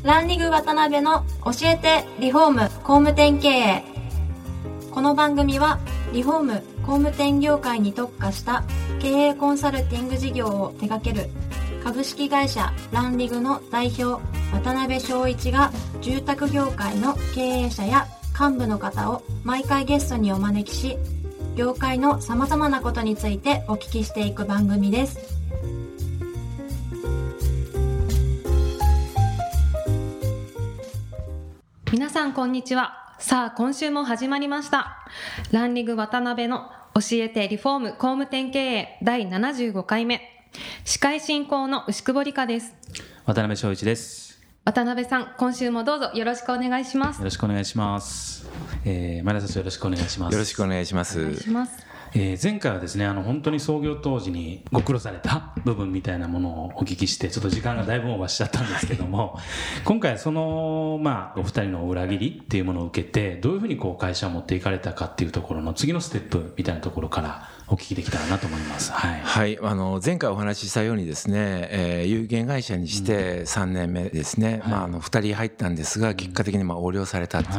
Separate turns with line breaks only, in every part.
ランリグ渡辺の教えてリフォーム工務店経営。この番組はリフォーム工務店業界に特化した経営コンサルティング事業を手掛ける株式会社ランリグの代表渡辺翔一が、住宅業界の経営者や幹部の方を毎回ゲストにお招きし、業界の様々なことについてお聞きしていく番組です。
皆さんこんにちは。さあ今週も始まりました。ランリグ渡辺の教えてリフォーム工務店経営第75回目。司会進行の牛久保理香です。
渡辺翔一です。
渡辺さん、今週もどうぞよろしくお願いします。
よろしくお願いします。前田社長よろしくお願いします。
よろしくお願いします。
お願いします。
前回はですね、本当に創業当時にご苦労された部分みたいなものをお聞きして、ちょっと時間がだいぶオーバーしちゃったんですけども、今回はその、お二人の裏切りっていうものを受けて、どういうふうに会社を持っていかれたかっていうところの次のステップみたいなところからお聞きできたらなと思います。はい。
はい、前回お話ししたようにですね、有限会社にして3年目ですね、2人入ったんですが、結果的に横領された、はい、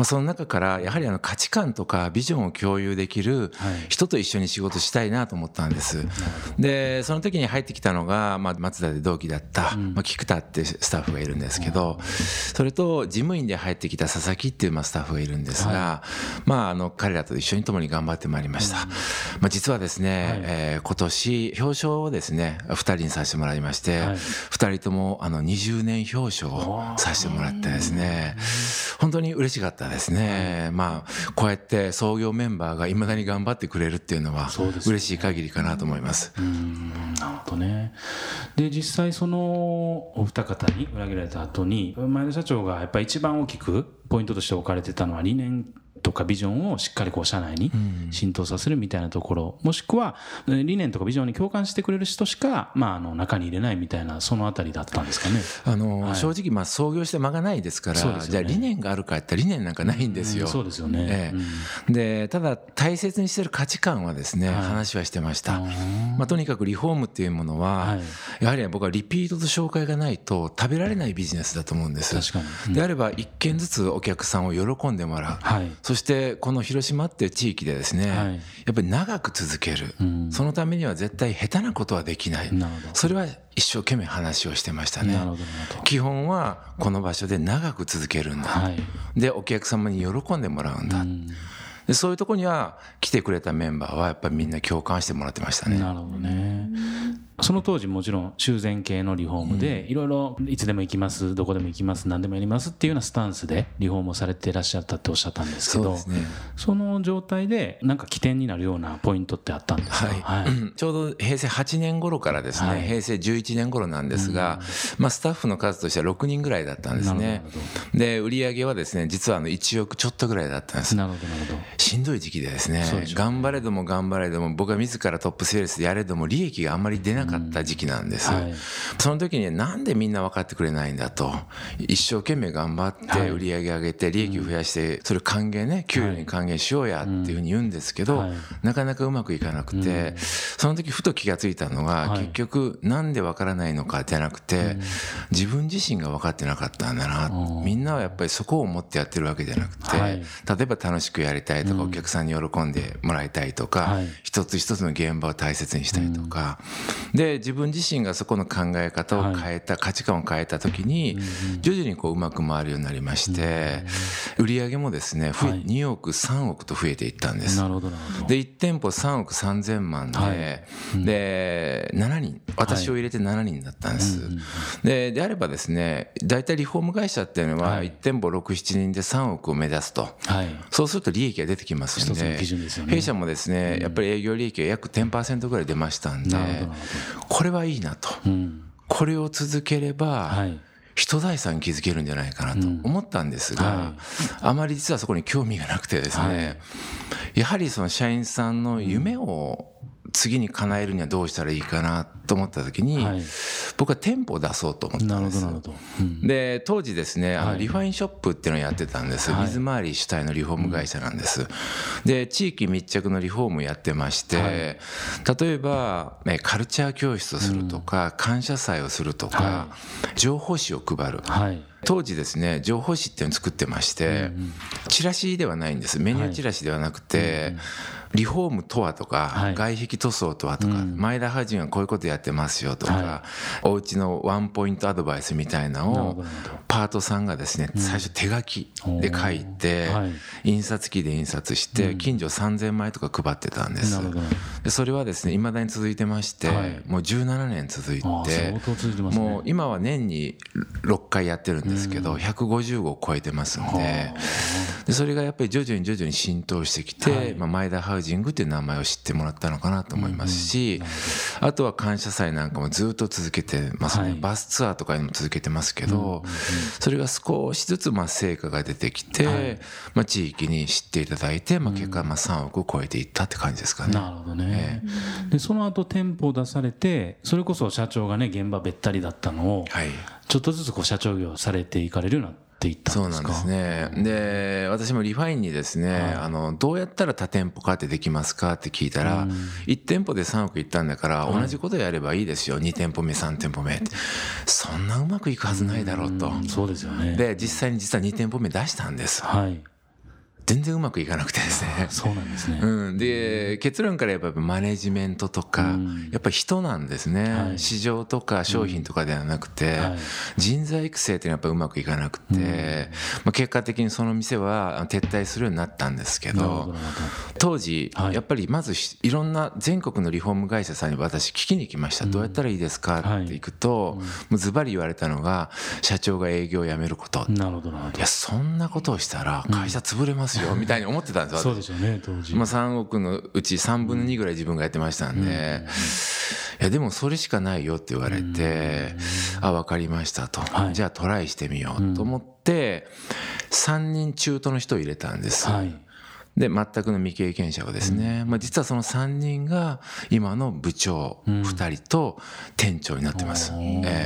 その中からやはり価値観とかビジョンを共有できる人と一緒に仕事したいなと思ったんです。でその時に入ってきたのが、松田で同期だった、菊田ってスタッフがいるんですけど、それと事務員で入ってきた佐々木っていうスタッフがいるんですが、彼らと一緒に共に頑張ってまいりました。実はですね、今年表彰をですね2人にさせてもらいまして、2人とも20年表彰をさせてもらってですね、本当に嬉しかったですね。こうやって創業メンバーがいまだに頑張ってくれるっていうのは嬉しい限りかなと思います。
なるほどね。で実際そのお二方に裏切られた後に、前田社長がやっぱり一番大きくポイントとして置かれてたのは、理念とかビジョンをしっかり社内に浸透させるみたいなところ、もしくは理念とかビジョンに共感してくれる人しか、中に入れないみたいな、そのあたりだったんですかね。
正直創業して間がないですから、じゃあ理念があるかって理念なんかないんですよ。
そうですよね。
でただ大切にしてる価値観はですね、話はしてました。とにかくリフォームっていうものは、やはり僕はリピートと紹介がないと食べられないビジネスだと思うんです。
確かに。
であれば一件ずつお客さんを喜んでもらう、そしてこの広島っていう地域でですね、やっぱり長く続ける、そのためには絶対下手なことはできない。それは一生懸命話をしてましたね。基本はこの場所で長く続けるんだ、でお客様に喜んでもらうんだ、でそういうところには来てくれたメンバーはやっぱりみんな共感してもらってましたね。
なるほどね。その当時もちろん修繕系のリフォームでいろいろいつでも行きます、どこでも行きます、何でもやりますっていうようなスタンスでリフォームをされていらっしゃったっておっしゃったんですけど、その状態でなんか起点になるようなポイントってあったんですか。
ちょうど平成8年頃からですね、平成11年頃なんですが、スタッフの数としては6人ぐらいだったんですね。で売上はですね、実は1億ちょっとぐらいだったんです。しんどい時期でですね、頑張れども頑張れども僕が自らトップセールスでやれども利益があんまり出なかった時期なんです。その時になんでみんな分かってくれないんだと、一生懸命頑張って売り上げ上げて利益を増やして、それ還元ね、給料に還元しようやっていうふうに言うんですけど、なかなかうまくいかなくて、その時ふと気がついたのが、結局なんで分からないのかじゃなくて、自分自身が分かってなかったんだな。みんなはやっぱりそこを思ってやってるわけじゃなくて、例えば楽しくやりたいとか、お客さんに喜んでもらいたいとか、一つ一つの現場を大切にしたいとか、で自分自身がそこの考え方を変えた、価値観を変えた時に徐々にうまく回るようになりまして、売上もですね2億3億と増えていったんです。で1店舗3億3000万で、で7人、私を入れて7人だったんです。であればですね、だいたいリフォーム会社っていうのは1店舗6、7人で3億を目指すと、そうすると利益が出てきますので、弊社もですねやっぱり営業利益が約 10% ぐらい出ましたんで、これはいいなと、これを続ければ人財産築けるんじゃないかなと思ったんですが、あまり実はそこに興味がなくてですね、やはりその社員さんの夢を次に叶えるにはどうしたらいいかなと思った時に、はい、僕は店舗を出そうと思ったんです。なるほど、うん、で当時ですねリファインショップっていうのをやってたんです、はい、水回り主体のリフォーム会社なんです、うん、で地域密着のリフォームをやってまして、はい、例えばカルチャー教室をするとか、うん、感謝祭をするとか、はい、情報誌を配る、はい、当時ですね情報誌っていうのを作ってまして、うんうん、チラシではないんです、メニューチラシではなくて、はい、うんうん、リフォームとはとか、はい、外壁塗装とはとか、うん、前田ハジンはこういうことやってますよとか、はい、お家のワンポイントアドバイスみたいなのをパートさんがですね、うん、最初手書きで書いて、はい、印刷機で印刷して近所3000枚とか配ってたんです、うん、でそれはですね未だに続いてまして、はい、もう17年続いて、相当続いてますね。もう今は年に6回やってるんですけど、うん、150号を超えてますんで、それがやっぱり徐々に浸透してきて、はい、前田ハウジングっていう名前を知ってもらったのかなと思いますし、あとは感謝祭なんかもずっと続けてますね、はい、バスツアーとかにも続けてますけど、それが少しずつ成果が出てきて、はい、地域に知っていただいて、結果3億を超えていったって感じですかね。
なるほどね、でその後店舗を出されて、それこそ社長がね現場べったりだったのを、はい、ちょっとずつ社長業されていかれるようになっていったんですか？
そうなんですね。で私もリファインにですね、はい、どうやったら多店舗化ってできますかって聞いたら、1店舗で3億いったんだから同じことやればいいですよ、2店舗目3店舗目って、そんなうまくいくはずないだろうと。
そうですよね。
で実は2店舗目出したんです、はい、全然うまくいかなくてですね。
そうなんですね、
うん、で結論からやっぱりマネジメントとか、やっぱり人なんですね、はい、市場とか商品とかではなくて、はい、人材育成っていうのはやっぱりうまくいかなくて、結果的にその店は撤退するようになったんですけど、当時やっぱりまずいろんな全国のリフォーム会社さんに私聞きに来ました、どうやったらいいですかって行くと、もうズバリ言われたのが社長が営業をやめること。
なるほどなるほど。
いやそんなことをしたら会社潰れますよみたいに思ってたんですよ。
そうでしょうね当時。
3億のうち3分の2ぐらい自分がやってましたんで、いやでもそれしかないよって言われて、分かりましたと、はい、じゃあトライしてみようと思って、3人中途の人を入れたんです、はい、で全くの未経験者をですね、実はその3人が今の部長2人と店長になってます、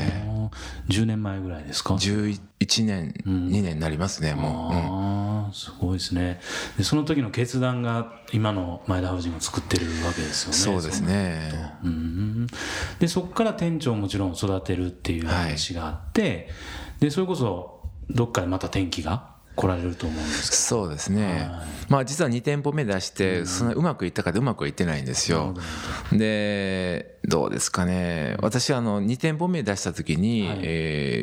10年前ぐらいですか
？11年、2年になりますねも
う、すごいですね。でその時の決断が今の前田ハウジングを作ってるわけですよね。
そうですね。
でそこから店長をもちろん育てるっていう話があって、はい、でそれこそどっかでまた転機が来られると思うんですけど。
そうですね、実は2店舗目出してそんなうまくいったかでうまくはいってないんですよ。でどうですかね、私2店舗目出した時に、はい、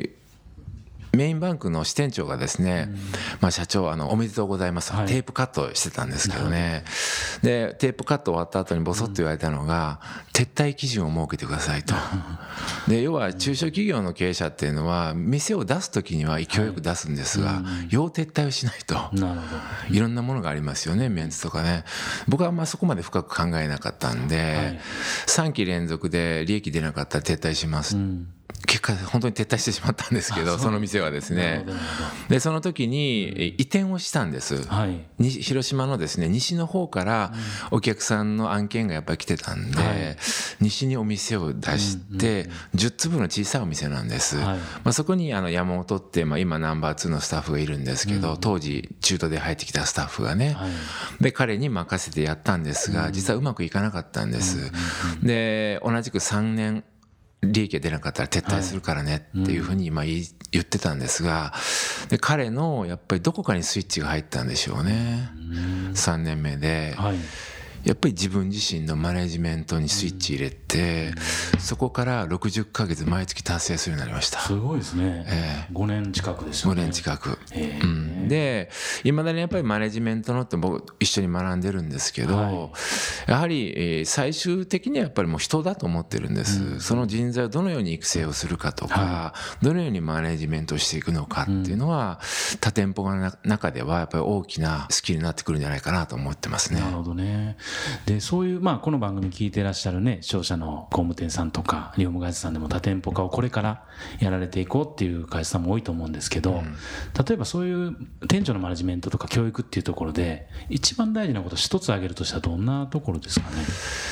メインバンクの支店長がですね、社長おめでとうございます、はい、テープカットしてたんですけどね、でテープカット終わった後にボソッと言われたのが、撤退基準を設けてくださいと。で要は中小企業の経営者っていうのは店を出す時には勢いよく出すんですが、要撤退をしないと。なるほど。いろんなものがありますよね、メンツとかね。僕はそこまで深く考えなかったんで、3期連続で利益出なかったら撤退します、結果本当に撤退してしまったんですけど、その店はですね。でその時に移転をしたんです、はい、広島のですね西の方からお客さんの案件がやっぱり来てたんで、はい、西にお店を出して10坪の小さいお店なんです、はい、そこに山本って、今ナンバー2のスタッフがいるんですけど、当時中途で入ってきたスタッフがね、はい、で彼に任せてやったんですが、実はうまくいかなかったんです、で同じく3年利益が出なかったら撤退するからねっていうふうに今言ってたんですが、で彼のやっぱりどこかにスイッチが入ったんでしょうね。3年目でやっぱり自分自身のマネジメントにスイッチ入れて、そこから60ヶ月毎月達成するようになりました。
すごいですね、5年近くですよね。
5年近く、でいまだにやっぱりマネジメントのって僕一緒に学んでるんですけど、やはり最終的にはやっぱりもう人だと思ってるんです、その人材をどのように育成をするかとか、どのようにマネジメントをしていくのかっていうのは、多店舗の中ではやっぱり大きなスキルになってくるんじゃないかなと思ってますね。
なるほどね。でそういうこの番組聞いてらっしゃるね視聴者の工務店さんとかリフォーム会社さんでも多店舗化をこれからやられていこうっていう会社さんも多いと思うんですけど、例えばそういう店長のマネジメントとか教育っていうところで一番大事なこと一つ挙げるとしたらどんなところですかね？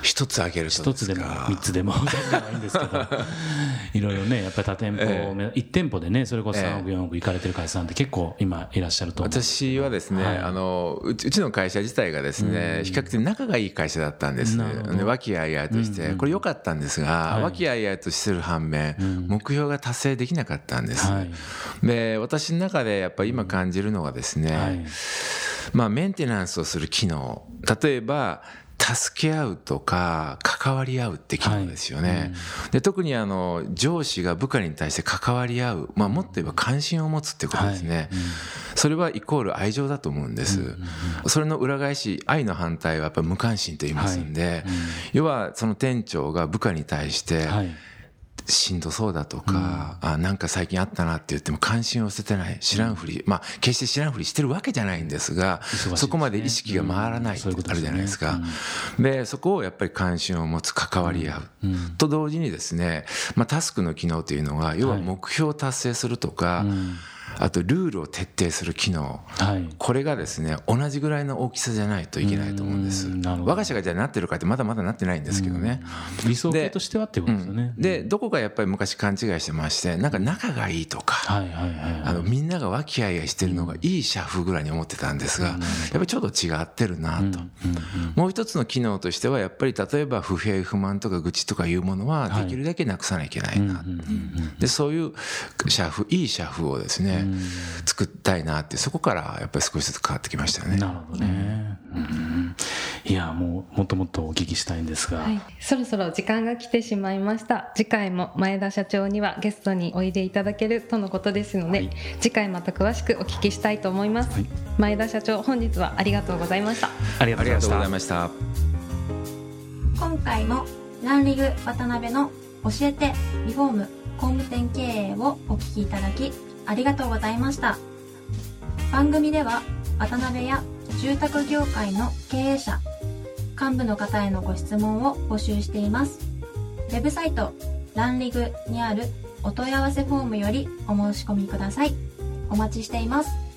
一つ挙げると
一つでも3つでも全然ないんですけどいろいろねやっぱり多店舗、1店舗でねそれこそ3億4億行かれてる会社さんって結構今いらっしゃると思う。
私はですね、うちの会社自体がですね、比較的仲がいい会社だったんです。で和気あいあいとしてこれ良かったんですが、和気あいあいとしてる反面、目標が達成できなかったんです。で私の中でやっぱり今感じるのがですね、メンテナンスをする機能、例えば助け合うとか関わり合うって機能ですよね。で特に上司が部下に対して関わり合う、もっと言えば関心を持つってことですね。それはイコール愛情だと思うんです。それの裏返し、愛の反対はやっぱり無関心と言いますんで、要はその店長が部下に対してしんどそうだとか、なんか最近あったなって言っても関心を捨ててない、知らんふり、決して知らんふりしてるわけじゃないんですが、そこまで意識が回らないってあるじゃないですか。でそこをやっぱり関心を持つ、関わり合うと同時にですね、タスクの機能というのが要は目標を達成するとか、あとルールを徹底する機能、これがですね同じぐらいの大きさじゃないといけないと思うんです。我が社がじゃあなってるかってまだまだなってないんですけどね。
理想形としてはってことですよね。
でどこかやっぱり昔勘違いしてまして、なんか仲がいいとか、みんなが和気あいあいしてるのがいい社風ぐらいに思ってたんですが、やっぱりちょっと違ってるなと。もう一つの機能としてはやっぱり例えば不平不満とか愚痴とかいうものはできるだけなくさなきゃいけないな。でそういう社風、いい社風をですね作ったいなって、そこからやっぱり少しずつ変わってきましたよね。
なるほどね。いやもっともっとお聞きしたいんですが、
そろそろ時間が来てしまいました。次回も前田社長にはゲストにおいでいただけるとのことですので、次回また詳しくお聞きしたいと思います。前田社長、本日はありがとうございました。
ありがとうございました。
今回もランリグ渡辺の教えてリフォーム工務店経営をお聞きいただきありがとうございました。番組では渡辺や住宅業界の経営者、幹部の方へのご質問を募集しています。ウェブサイトランリグにあるお問い合わせフォームよりお申し込みください。お待ちしています。